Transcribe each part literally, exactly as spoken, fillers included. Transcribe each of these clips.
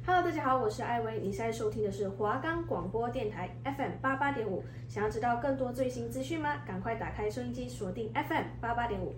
Hello， 大家好，我是艾薇，你现在收听的是华冈广播电台 F M 八八点五。想要知道更多最新资讯吗？赶快打开收音机，锁定 F M 八八点五。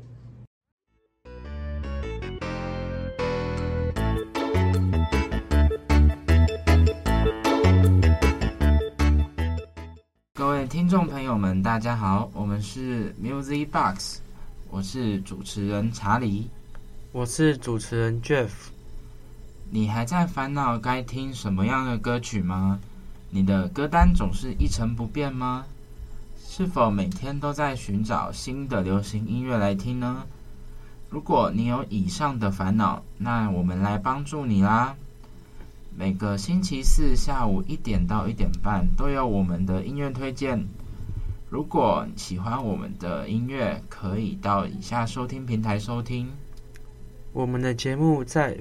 各位听众朋友们，大家好，我们是 Music Box， 我是主持人查理， 我是主持人 Jeff。 你还在烦恼该听什么样的歌曲吗？你的歌单总是一成不变吗？是否每天都在寻找新的流行音乐来听呢？如果你有以上的烦恼，那我们来帮助你啦。每个星期四下午一点到一点半都有我们的音乐推荐。如果喜欢我们的音乐，可以到以下收听平台收听。 我们的节目在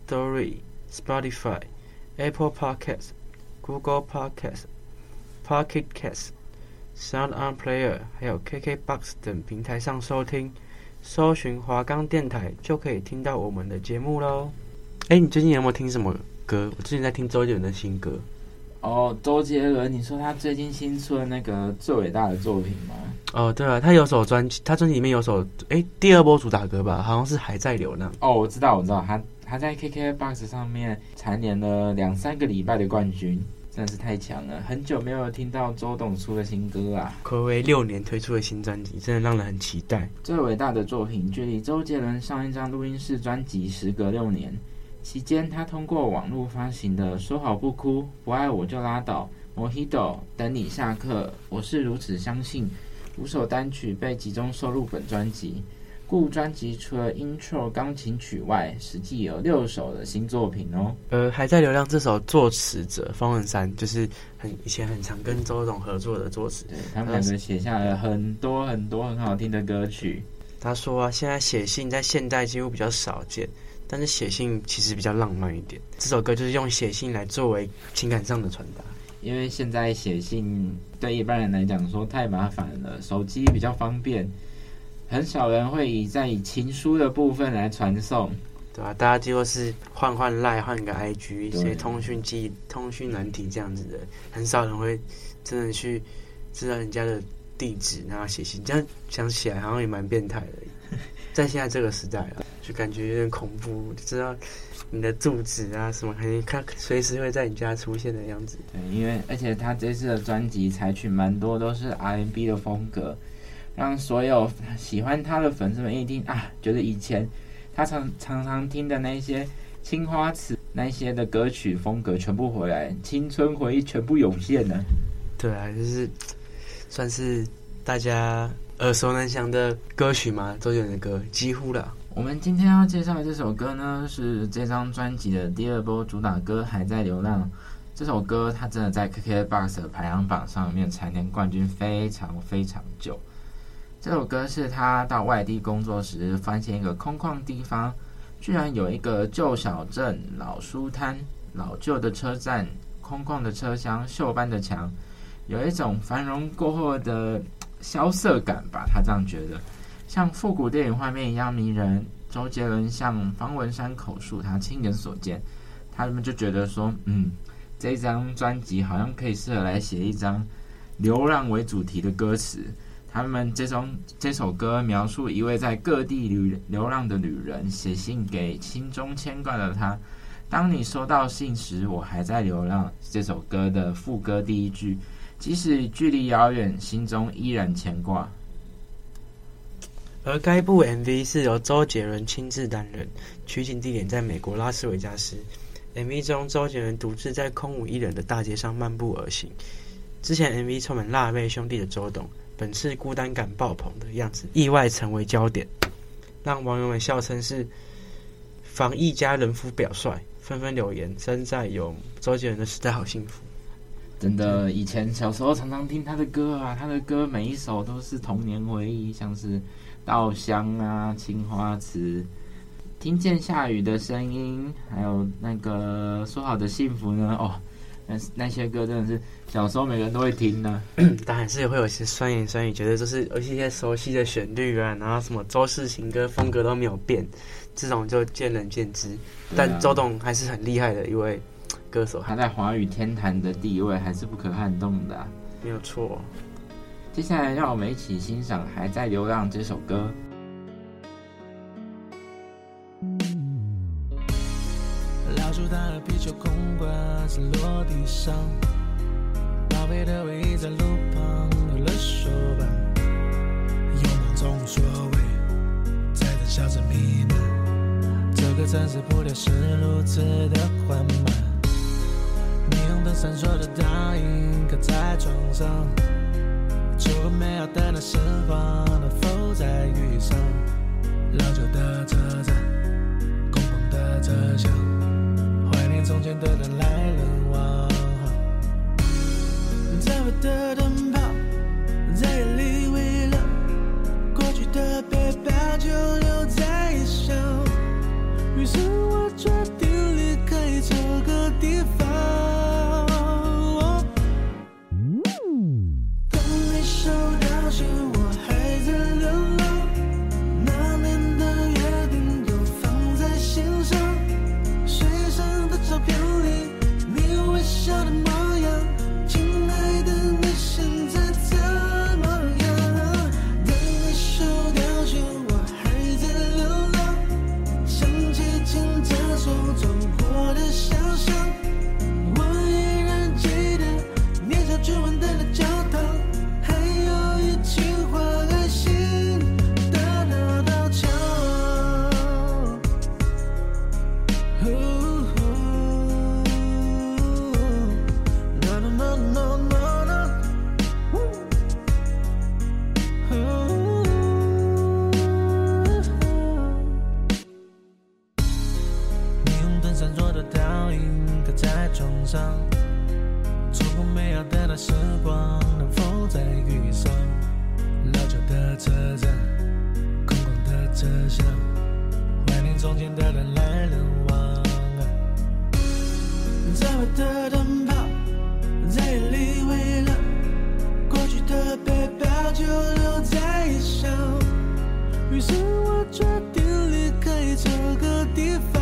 Firstory、Spotify、Apple Podcasts、Google Podcasts、Pocket Casts、Sound On Player 还有 K K Box 等平台上收听，搜寻华冈电台就可以听到我们的节目咯。哎，你最近有没有听什么歌？我最近在听周杰伦的新歌。 哦，周杰伦，你说他最近新出的那个最伟大的作品吗？ 哦，对啊，他有首专辑，他专辑里面有首，哎，第二波主打歌吧，好像是《还在流浪》。 哦，我知道，我知道，他他在 K K Box 上面蝉联了两三个礼拜的冠军，真的是太强了。很久没有听到周董出的新歌啊， 睽违六年推出的新专辑，真的让人很期待。 最伟大的作品，距离周杰伦上一张录音室专辑时隔六年。期间，他通过网络发行的《说好不哭》、《不爱我就拉倒》、《Mojito》、《等你下课》、《我是如此相信》五首单曲被集中收入本专辑。故专辑除了 intro 钢琴曲外，实际有六首的新作品哦。 呃，还在流浪这首作词者方文山，就是很以前很常跟周董合作的作词， 对，他们两个写下了很多很多很好听的歌曲。 他说啊，现在写信在现代几乎比较少见。但是写信其实比较浪漫一点，这首歌就是用写信来作为情感上的传达。 因为现在写信对一般人来讲说太麻烦了，手机比较方便，很少人会以在以情书的部分来传送， 对吧、啊？大家几乎是换换 Line 换个 I G 一些通讯机通讯软体这样子的，很少人会真的去知道人家的地址然后写信，这样想起来好像也蛮变态的。在现在这个时代啊，就感觉有点恐怖，就知道你的住址啊什么，可能看随时会在你家出现的样子。 对，因为而且他这次的专辑采取蛮多都是 R and B 的风格，让所有喜欢他的粉丝们一听啊，觉得以前他常常常听的那些青花瓷那些的歌曲风格全部回来，青春回忆全部涌现了。 对啊，就是算是大家耳熟能详的歌曲嘛，周杰伦的歌几乎啦。 我们今天要介绍的这首歌呢，是这张专辑的第二波主打歌《还在流浪》。这首歌它真的在 K K Box 的排行榜上面蝉联冠军非常非常久。这首歌是他到外地工作时，发现一个空旷地方，居然有一个旧小镇、老书摊、老旧的车站、空旷的车厢、锈斑的墙，有一种繁荣过后的萧瑟感吧，他这样觉得，像复古电影画面一样迷人。周杰伦向方文山口述他亲眼所见，他们就觉得说，嗯，这张专辑好像可以适合来写一张流浪为主题的歌词。他们这种这首歌描述一位在各地流流浪的旅人，写信给心中牵挂的他。当你收到信时，我还在流浪。这首歌的副歌第一句，即使距离遥远，心中依然牵挂。 而该部 M V 是由周杰伦亲自担任，取景地点在美国拉斯维加斯。M V 中，周杰伦独自在空无一人的大街上漫步而行。之前 M V 充满辣妹兄弟的周董，本次孤单感爆棚的样子，意外成为焦点，让网友们笑称是防疫加人夫表率，纷纷留言身在有周杰伦的时代好幸福。 真的，以前小时候常常听他的歌啊，他的歌每一首都是童年回忆，像是稻香啊、青花瓷、听见下雨的声音，还有那个说好的幸福呢，哦，那那些歌真的是小时候每个人都会听呢、啊。 当然是会有一些酸言酸语，觉得就是有一些熟悉的旋律啊，然后什么周氏情歌风格都没有变，这种就见仁见智。但周董还是很厉害的一位歌手， 他在华语天坛的地位还是不可撼动的、啊， 没有错。 接下来让我们一起欣赏《还在流浪》这首歌。 老鼠打了皮球，空挂在落地上，宝贝的回忆在路旁留了手吧，拥抱中无所谓，在等笑着弥漫，这个城市步调是如此的缓慢，霓虹灯闪烁的倒影刻在窗上，就和美好的那时光能否在遇上，老旧的车站，空旷的车厢，怀念从前的人来人往，在我的灯泡在夜里微亮，过去的背包就留在异乡，于是我决定离开这个地方。当你收到信，我还在流浪，那年的约定都放在心上，水上的照片里你微笑的模样，亲爱的你现在怎么样？当你收到信，我还在流浪，想起牵着手走过的小巷，我依然记得年少去玩的那教堂，还有一起画爱心的那道墙。No no no no no no。霓虹灯闪烁的倒影刻在窗上，错过美好的那时光能否再遇上，老旧的车站，空旷的车厢，怀念从前的人来人往，在我的灯泡在夜里微亮，过去的背包就留在异乡，于是我决定离开这个地方。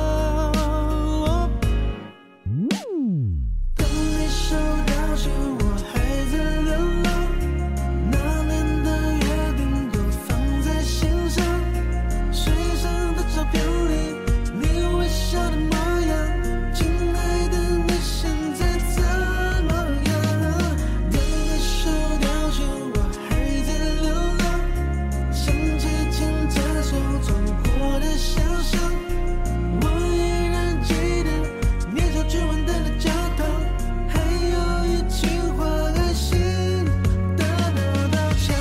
当你收到信，我还在流浪，那年的约定都放在心上，水上的照片里你微笑的模样，亲爱的你现在怎么样？当你收到信，我还在流浪，想起牵着手走过的小巷，我依然记得年少去玩的那教堂，还有一起画爱心的那道墙。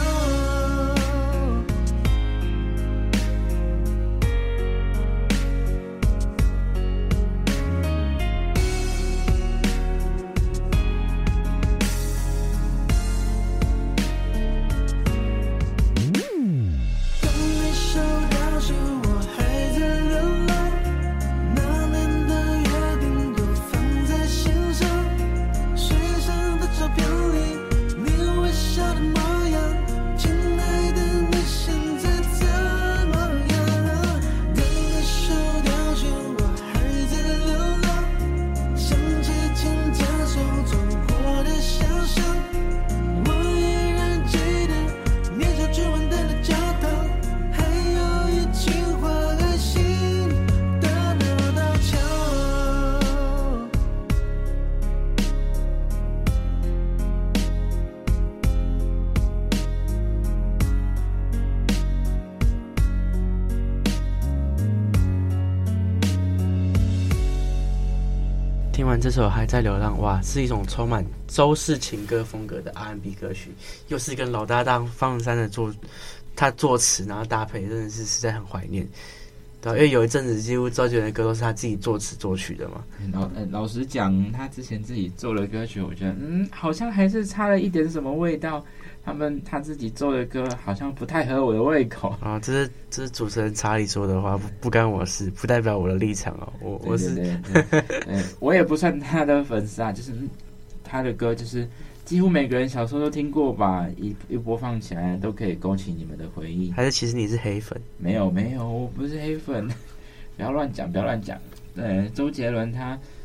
当你收到信，我还在流浪，那年的约定都放在心上，水上的照片里你微笑的模样，亲爱的你现在怎么样？当你收到信，我还在流浪，想起牵着手走过的小巷，我依然记得年少去玩的那教堂，还有一起画爱心的那道墙。 听完这首《还在流浪》，哇，是一种充满周氏情歌风格的 R and B 歌曲，又是跟老搭档方文山的作，他作词然后搭配，真的是实在很怀念。对、啊，因为有一阵子几乎周杰伦的歌都是他自己作词作曲的嘛。 老呃老实讲，他之前自己做的歌曲，我觉得嗯，好像还是差了一点什么味道。他们他自己做的歌好像不太合我的胃口啊。这是这是主持人查理说的话，不不干我事，不代表我的立场哦。我我是对对对对对我也不算他的粉丝啊，就是他的歌就是几乎每个人小时候都听过吧，一一播放起来都可以勾起你们的回忆。 还是其实你是黑粉？ 没有没有，我不是黑粉，不要乱讲不要乱讲。对，周杰伦他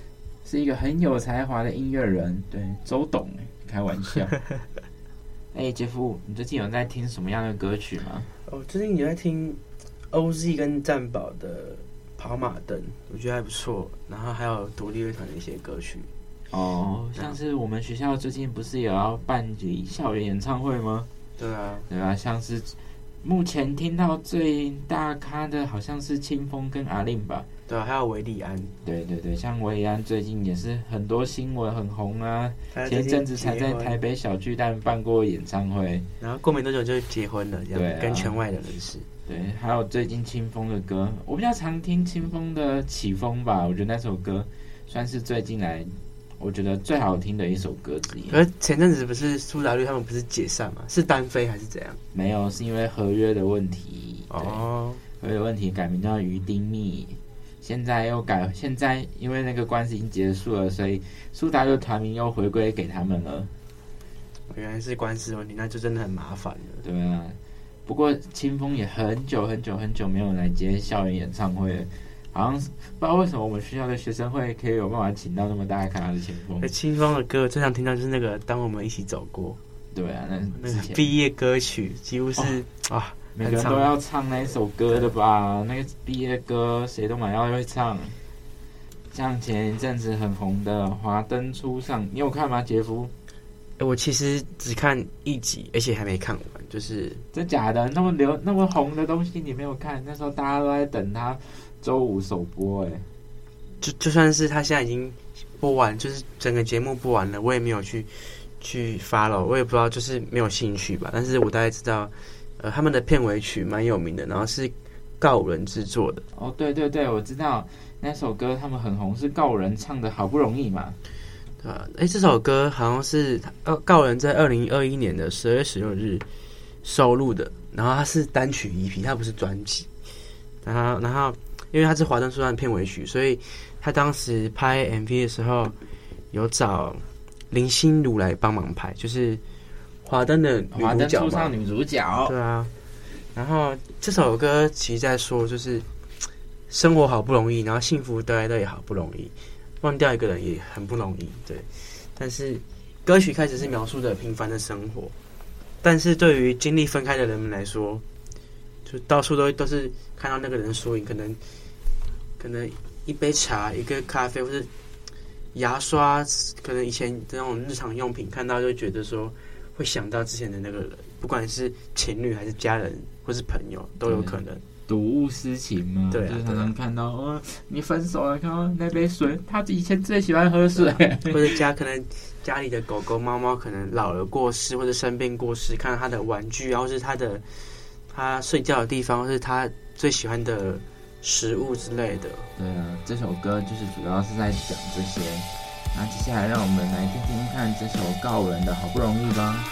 是一个很有才华的音乐人，对，周董，开玩笑。哎、欸，杰夫，你最近有在听什么样的歌曲吗？ 哦，最近有在听 O Z 跟战宝的《跑马灯》，我觉得还不错。然后还有独立乐团的一些歌曲。 哦，像是我们学校最近不是有要办理校园演唱会吗？ 对啊， 对啊，像是目前听到最大咖的好像是清风跟阿令吧。 对啊，还有韦礼安。 对对对，像韦礼安最近也是很多新闻很红啊，前阵子才在台北小巨蛋办过演唱会， 然后过没多久就结婚了，这样、 对啊、 跟圈外的人士。 对，还有最近清风的歌，我比较常听清风的《起风》吧，我觉得那首歌算是最近来我觉得最好听的一首歌之一。 可是前阵子不是苏打绿他们不是解散吗？是单飞还是怎样？ 没有，是因为合约的问题。哦，合约的问题改名叫于丁密，现在又改，现在因为那个官司已经结束了，所以苏打绿团名又回归给他们了。 原来是官司问题，那就真的很麻烦了。 对啊，不过清风也很久很久很久没有来接校园演唱会了。好像不知道为什么我们学校的学生会可以有办法请到那么大咖的清风。 清风的歌最常听到就是那个《当我们一起走过》。 对啊，那那个毕业歌曲几乎是、哦、啊， 每个人都要唱那一首歌的吧？那个毕业歌谁都蛮要会唱。像前一阵子很红的《华灯初上》，你有看吗，杰夫？ 我其实只看一集，而且还没看完，就是真假的？那么流那么红的东西你没有看？那时候大家都在等他周五首播，哎， 就就算是他现在已经播完，就是整个节目播完了，我也没有去去 follow， 我也不知道，就是没有兴趣吧。但是我大概知道，呃，他们的片尾曲蛮有名的，然后是告五人制作的。 哦，对对对，我知道那首歌他们很红，是告五人唱的，好不容易嘛。 对吧？哎，这首歌好像是呃告人在二零二一年的十二月十六日收录的，然后它是单曲 E P， 它不是专辑。然后，然后因为它是《华灯初上》的片尾曲，所以他当时拍 M V 的时候有找林心如来帮忙拍，就是华灯的女主角嘛。 华灯初上女主角。 对啊。然后这首歌其实在说，就是生活好不容易，然后幸福得来的也好不容易。忘掉一个人也很不容易，对。但是歌曲开始是描述的平凡的生活，但是对于经历分开的人们来说，就到处都都是看到那个人的缩影，可能可能一杯茶、一个咖啡，或是牙刷，可能以前这种日常用品看到就觉得说会想到之前的那个人，不管是情侣还是家人或是朋友都有可能。 睹物思情嘛， 对、啊， 就是常常看到哦，你分手了，看到那杯水，他以前最喜欢喝水， 或者家可能家里的狗狗、猫猫可能老了过世，或者生病过世，看到他的玩具，然后是他的他睡觉的地方，或是他最喜欢的食物之类的。 对啊，这首歌就是主要是在讲这些。那接下来让我们来听听看这首告人的好不容易吧。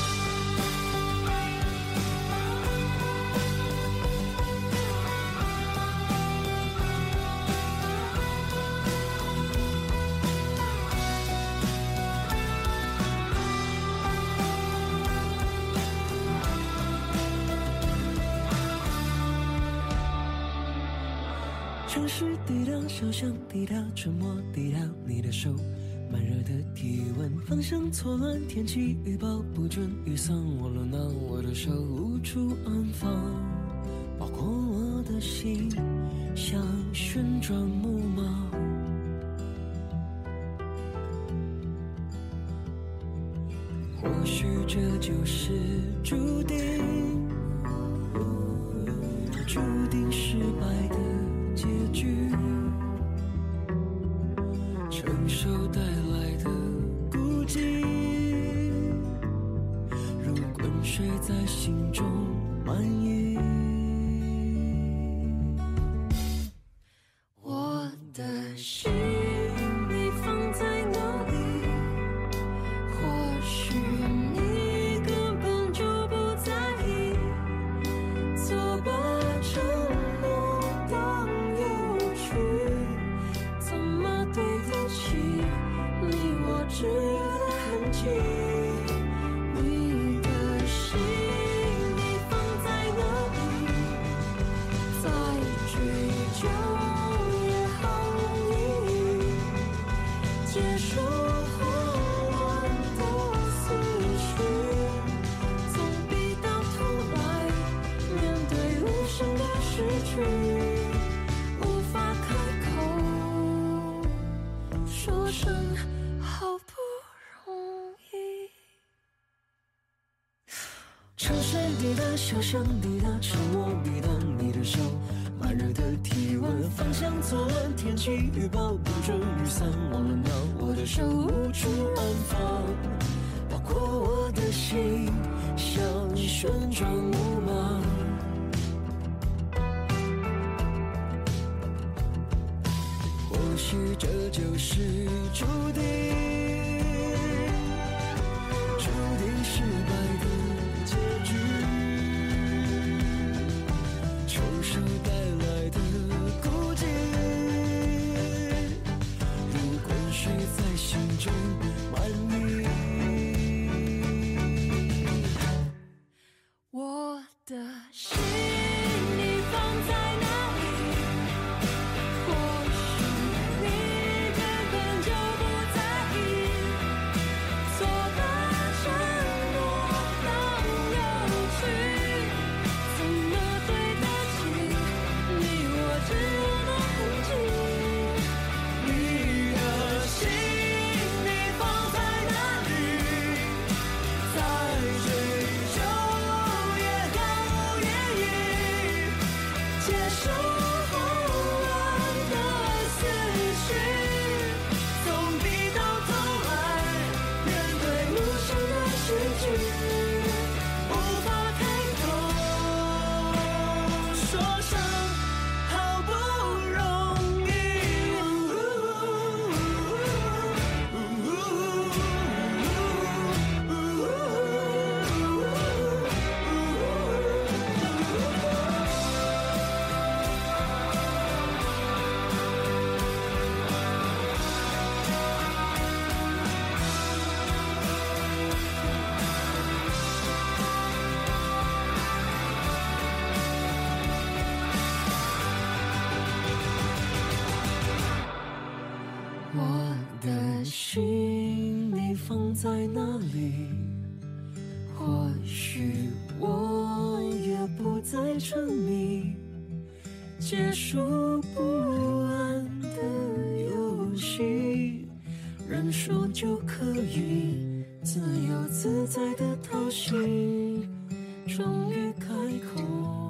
城市低调，小巷低调，沉默低调，你的手慢热的体温，方向错乱，天气预报不准，雨伞我落囊，我的手无处安放，包括我的心像旋转木马，或许这就是注定，注定失败的结局，承受带来的孤寂，如滚水在心中漫溢。我的心你放在哪里？或许你根本就不在意，错把沉默当有趣，怎么对得起你我炙热的痕迹？你的心你放在哪里？再追究也好容易， 结束后我的思绪，总比到头来面对无声的失去，无法开口说声好不容易。城市里的小巷里的沉默里的你的手，慢热的体温，方向错了，天气预报不准雨伞，忘了拿我的手无处安放，包括我的心像旋转木马。或许这就是注定，注定失败的结局，抽手带来的孤寂，如滚水在心中漫溢。我的心你放在哪里？或许你根本就不在意，错的承诺让有趣，怎么对得起你我只有的痕迹？你的心你放在哪里？在追究也毫无意义，接受后来的思绪，总比到头来面对无声的失去，无法开口说声好不容易。我的心你放在哪里？或许我也不再沉迷，结束不安的游戏，人说就可以自由自在的讨喜，终于开口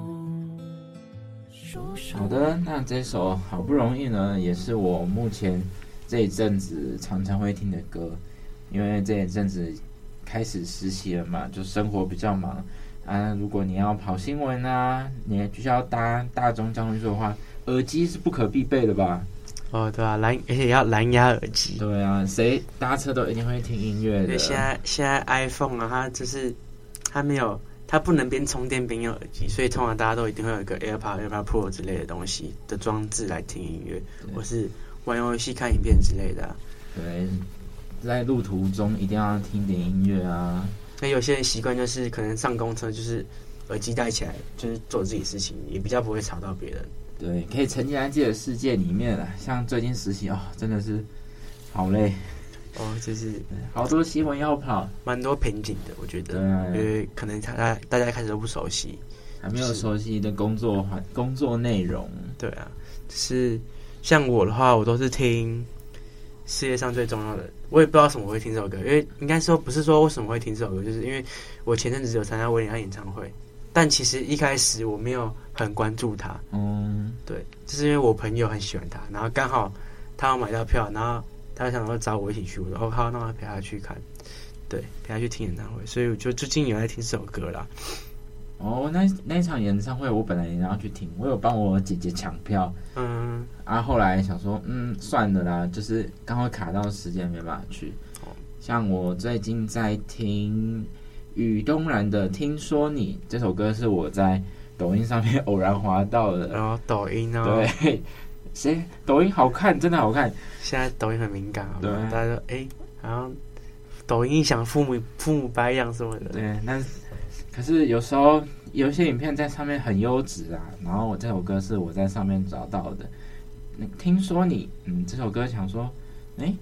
说声好的，那这首好不容易呢，也是我目前这一阵子常常会听的歌，因为这一阵子开始实习了嘛，就生活比较忙啊。如果你要跑新闻啊，你必须要搭大众交通运输的话，耳机是不可必备的吧？ 哦，对啊，蓝而且要蓝牙耳机。 对啊，谁搭车都一定会听音乐的。 因为现在现在 iPhone 啊，它就是它没有，它不能边充电边用耳机，所以通常大家都一定会有一个 AirPod、AirPod Pro 之类的东西的装置来听音乐，或是玩游戏、看影片之类的、啊。 对，在路途中一定要听点音乐啊。 那有些人习惯就是可能上公车就是耳机戴起来，就是做自己的事情，也比较不会吵到别人。 对，可以沉浸在自己的世界里面了。像最近实习哦，真的是好累哦，就是好多新闻要跑， 蛮多瓶颈的，我觉得。 对啊， 因为可能大家大家开始都不熟悉， 还没有熟悉的工作环工作内容。 对啊，就是像我的话，我都是听世界上最重要的。我也不知道为什么我会听这首歌，因为应该说不是说为什么会听这首歌，就是因为我前阵子有参加威廉安演唱会，但其实一开始我没有很关注他。 嗯， 对，就是因为我朋友很喜欢他，然后刚好他要买到票，然后他想说找我一起去，我说哦好，那我陪他去看，对，陪他去听演唱会，所以我就最近有在听这首歌啦。 哦，那那一场演唱会我本来也要去听，我有帮我姐姐抢票， 嗯， 啊，后来想说，嗯，算了啦，就是刚好卡到时间没办法去。像我最近在听雨东然的《听说你》这首歌，是我在抖音上面偶然滑到的。 然后抖音哦， 对，谁抖音好看，真的好看。 现在抖音很敏感，好不好？ 对， 大家说，哎，好像抖音想父母父母白养什么的。 对，那可是有时候有一些影片在上面很优质啊，然后我这首歌是我在上面找到的。听说你，嗯，这首歌想说，哎，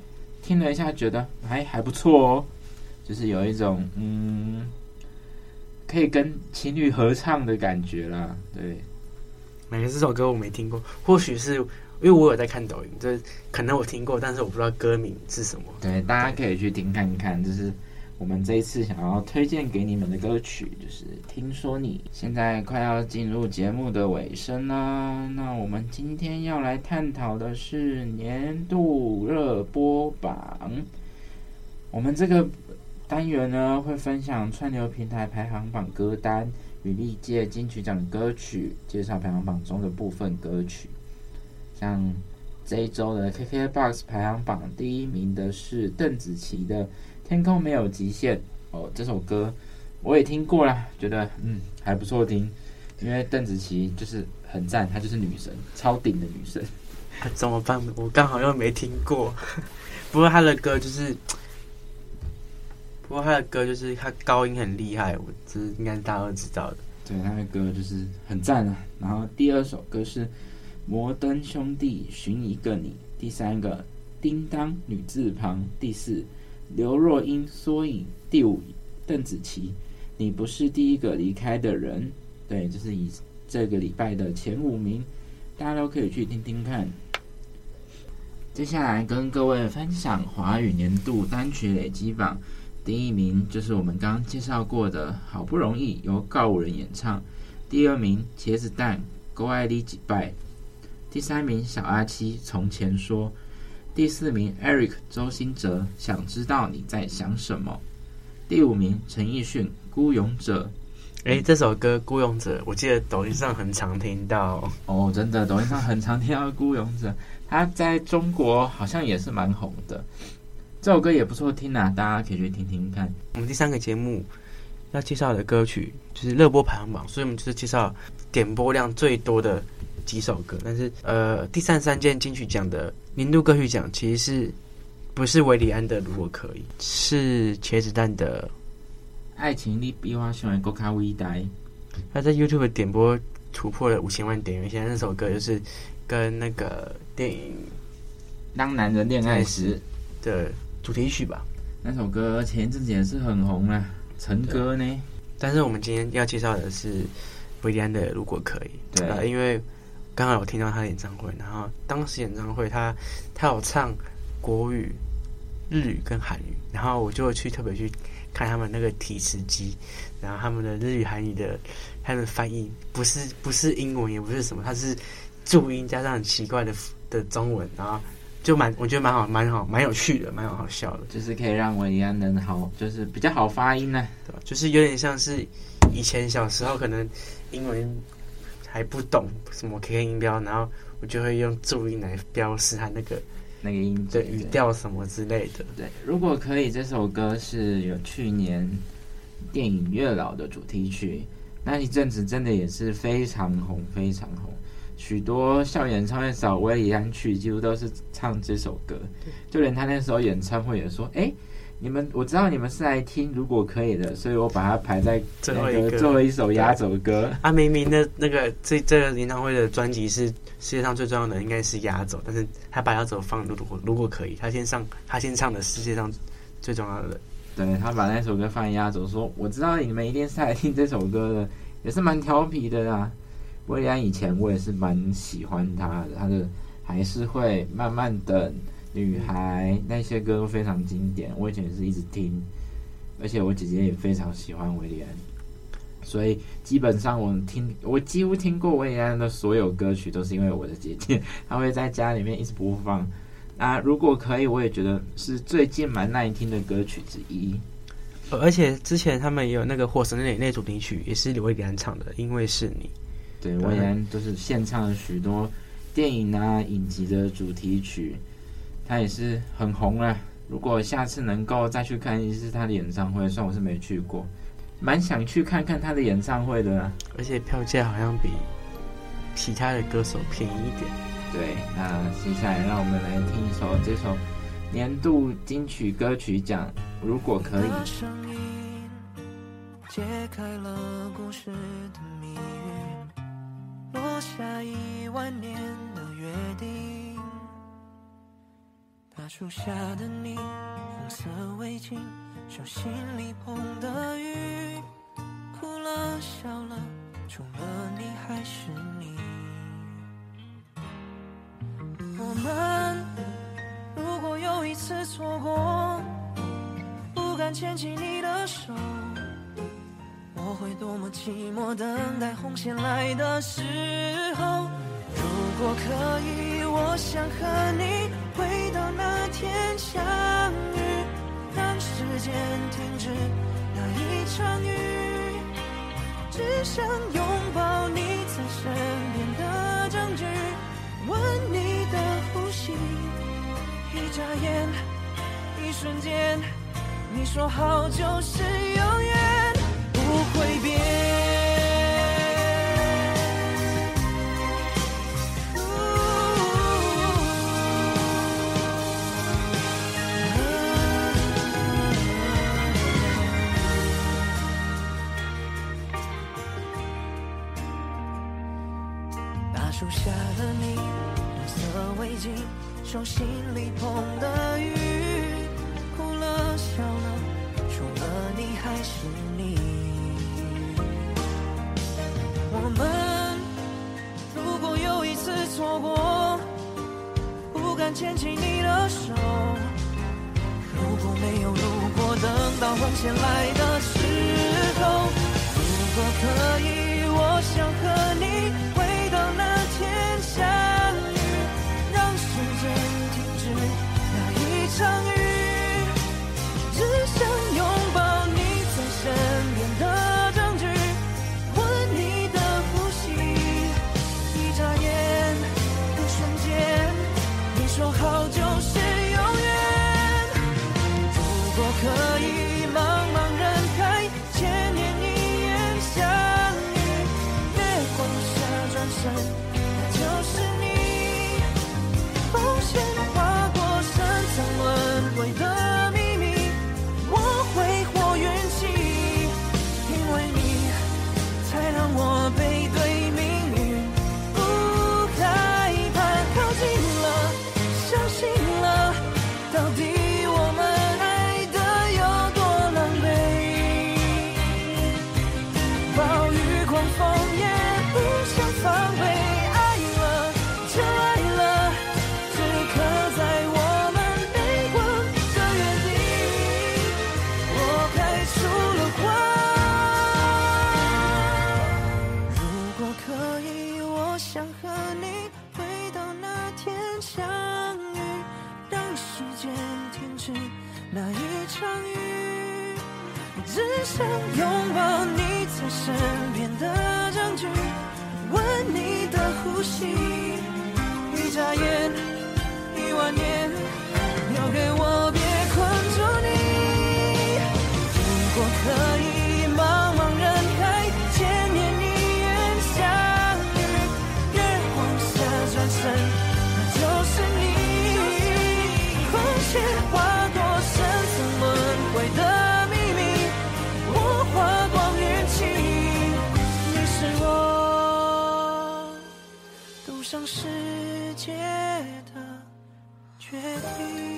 听了一下，觉得还还不错哦，就是有一种嗯，可以跟情侣合唱的感觉啦。对， 每个这首歌我没听过，或许是因为我有在看抖音，就是可能我听过，但是我不知道歌名是什么。 对，大家可以去听看看，就是我们这一次想要推荐给你们的歌曲，就是听说你。现在快要进入节目的尾声啦，那我们今天要来探讨的是年度热播榜。我们这个单元呢，会分享串流平台排行榜歌单与历届金曲奖歌曲，介绍排行榜中的部分歌曲。像这一周的 K K B O X 排行榜第一名的是邓紫棋的《天空没有极限》哦，这首歌我也听过啦，觉得嗯还不错听，因为邓紫棋就是很赞，她就是女神，超顶的女神。 啊、怎么办？我刚好又没听过，不过她的歌就是。不过他的歌就是他高音很厉害，我这应该是大家都知道的。 对，他的歌就是很赞啊。然后第二首歌是摩登兄弟寻一个你，第三个叮当女字旁，第四刘若英缩影，第五邓紫棋你不是第一个离开的人。对，就是以这个礼拜的前五名，大家都可以去听听看。接下来跟各位分享华语年度单曲累积榜。第一名就是我们刚刚介绍过的好不容易由告五人演唱，第二名茄子蛋够爱你几拜，第三名小阿七从前说，第四名 Eric 周兴哲想知道你在想什么，第五名陈奕迅孤勇者。 哎，这首歌孤勇者我记得抖音上很常听到哦，真的抖音上很常听到孤勇者，他在中国好像也是蛮红的，这首歌也不错听啊，大家可以去听听看。 我们第三个节目要介绍的歌曲就是热播排行榜，所以我们就是介绍点播量最多的几首歌。但是呃，第三十三届金曲奖的年度歌曲奖其实是不是韦礼安的《如果可以》，是茄子蛋的 《爱情你比我想的更加伟大》。 他在 YouTube 的点播突破了五千万点阅，现在那首歌就是跟那个电影 《当男人恋爱时》 的主题曲吧， 那首歌前一阵子也是很红啦，成歌呢。 但是我们今天要介绍的是韦礼安的《如果可以》。 对、 呃，因为刚好有听到他的演唱会，然后当时演唱会他他有唱国语、日语跟韩语，然后我就去特别去看他们那个提词机，然后他们的日语、韩语的他们的翻译不是不是英文，也不是什么，它是注音加上很奇怪的的中文，然后。就蛮，我觉得蛮好，蛮好，蛮有趣的，蛮好笑的， 就是可以让韦礼安能好，就是比较好发音呢、啊， 对吧？就是有点像是以前小时候可能英文还不懂什么 K K 音标，然后我就会用注音来标示它那个那个音对语调什么之类的。 对，如果可以，这首歌是有去年电影《月老》的主题曲，那一阵子真的也是非常红，非常红。许多校园演唱会找韦礼安去，几乎都是唱这首歌，就连他那时候演唱会也说：“哎、欸，你们我知道你们是来听如果可以的，所以我把它排在最后一个最后一首压轴歌。” 啊，明明的那个这这个演唱会的专辑是世界上最重要的，应该是压轴，但是他把压轴放如果如果可以，他先上他先唱的世界上最重要的。 对，他把那首歌放压轴，说：“我知道你们一定是来听这首歌的，也是蛮调皮的啦。”韦礼安以前我也是蛮喜欢他的，他的还是会慢慢等、女孩那些歌都非常经典，我以前也是一直听，而且我姐姐也非常喜欢韦礼安，所以基本上我听我几乎听过韦礼安的所有歌曲都是因为我的姐姐，她会在家里面一直播放。那如果可以，我也觉得是最近蛮耐听的歌曲之一。 而且之前他们也有那个《火神的眼泪》主题曲，也是韦礼安唱的，因为是你。 对，韦礼安都是献唱了许多电影啊、影集的主题曲，他也是很红了。如果下次能够再去看一次他的演唱会，虽然我是没去过，蛮想去看看他的演唱会的啊。 而且票价好像比其他的歌手便宜一点。 对，那接下来让我们来听一首这首年度金曲歌曲奖，如果可以。 揭开了故事的谜语，落下一万年的约定， 大树下的你，红色围巾，手心里捧的雨，哭了笑了，除了你还是你。我们如果有一次错过，不敢牵起你的手，我会多么寂寞，等待红线来的时候。如果可以，我想和你回到那天相遇，让时间停止那一场雨，只想拥抱你在身边的证据，闻你的呼吸，一眨眼，一瞬间，你说好就是永远不会变。树下的你，红色围巾，手心里捧的雨，哭了笑了，除了你还是你。我们如果有一次错过，不敢牵起你的手，如果没有如果，等到红线来的时候，如果可以，我想和你回到那天相遇，让时间停止那一场雨，只想拥抱你在身边的证据，闻你的呼吸，一眨眼，一瞬间，你说好就是永远。如果可以，茫茫人海，千年一眼相遇，月光下转身，就是你，风线划过深层轮回的秘密，我挥霍运气，因为你才让我背对命运，不害怕，靠近了，相信了，到底我们爱的有多狼狈，暴雨狂风也不想防备，想和你回到那天相遇，让时间停止那一场雨，只想拥抱你在身边的证据，闻你的呼吸，一眨眼，一万年，留给我别困住你。如果可以，茫茫人海，千年一眼相遇，转身，那就是你，光线划过深层轮回的秘密，我花光运气，你是我赌上世界的决定。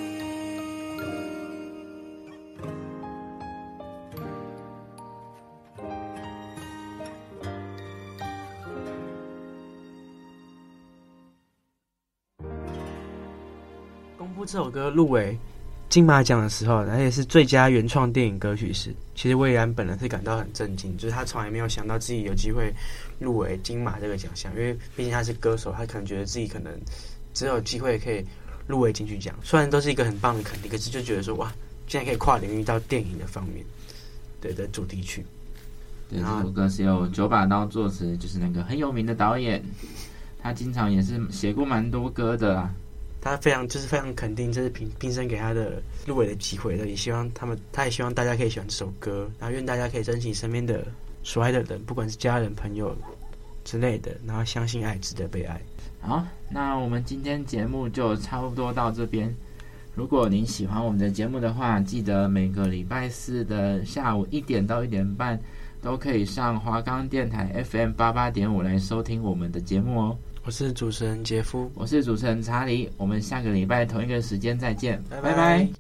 公布这首歌入围金马奖的时候，而且是最佳原创电影歌曲时，其实魏然本人是感到很震惊，就是他从来没有想到自己有机会入围金马这个奖项，因为毕竟他是歌手，他可能觉得自己可能只有机会可以入围金曲奖，虽然都是一个很棒的肯定，可是就觉得说哇，竟然可以跨领域到电影的方面，对的主题曲。 对，这首歌是由九把刀作词，就是那个很有名的导演，他经常也是写过蛮多歌的啦。 他非常就是非常肯定这是评评审给他的入围的机会的，也希望他们他也希望大家可以喜欢这首歌，然后愿大家可以珍惜身边的所爱的人，不管是家人朋友之类的，然后相信爱值得被爱。 好，那我们今天节目就差不多到这边。如果您喜欢我们的节目的话，记得每个礼拜四的下午一点到一点半都可以上华冈电台 F M 八八点五来收听我们的节目哦。 我是主持人杰夫， 我是主持人查理，我们下个礼拜同一个时间再见， 拜拜拜。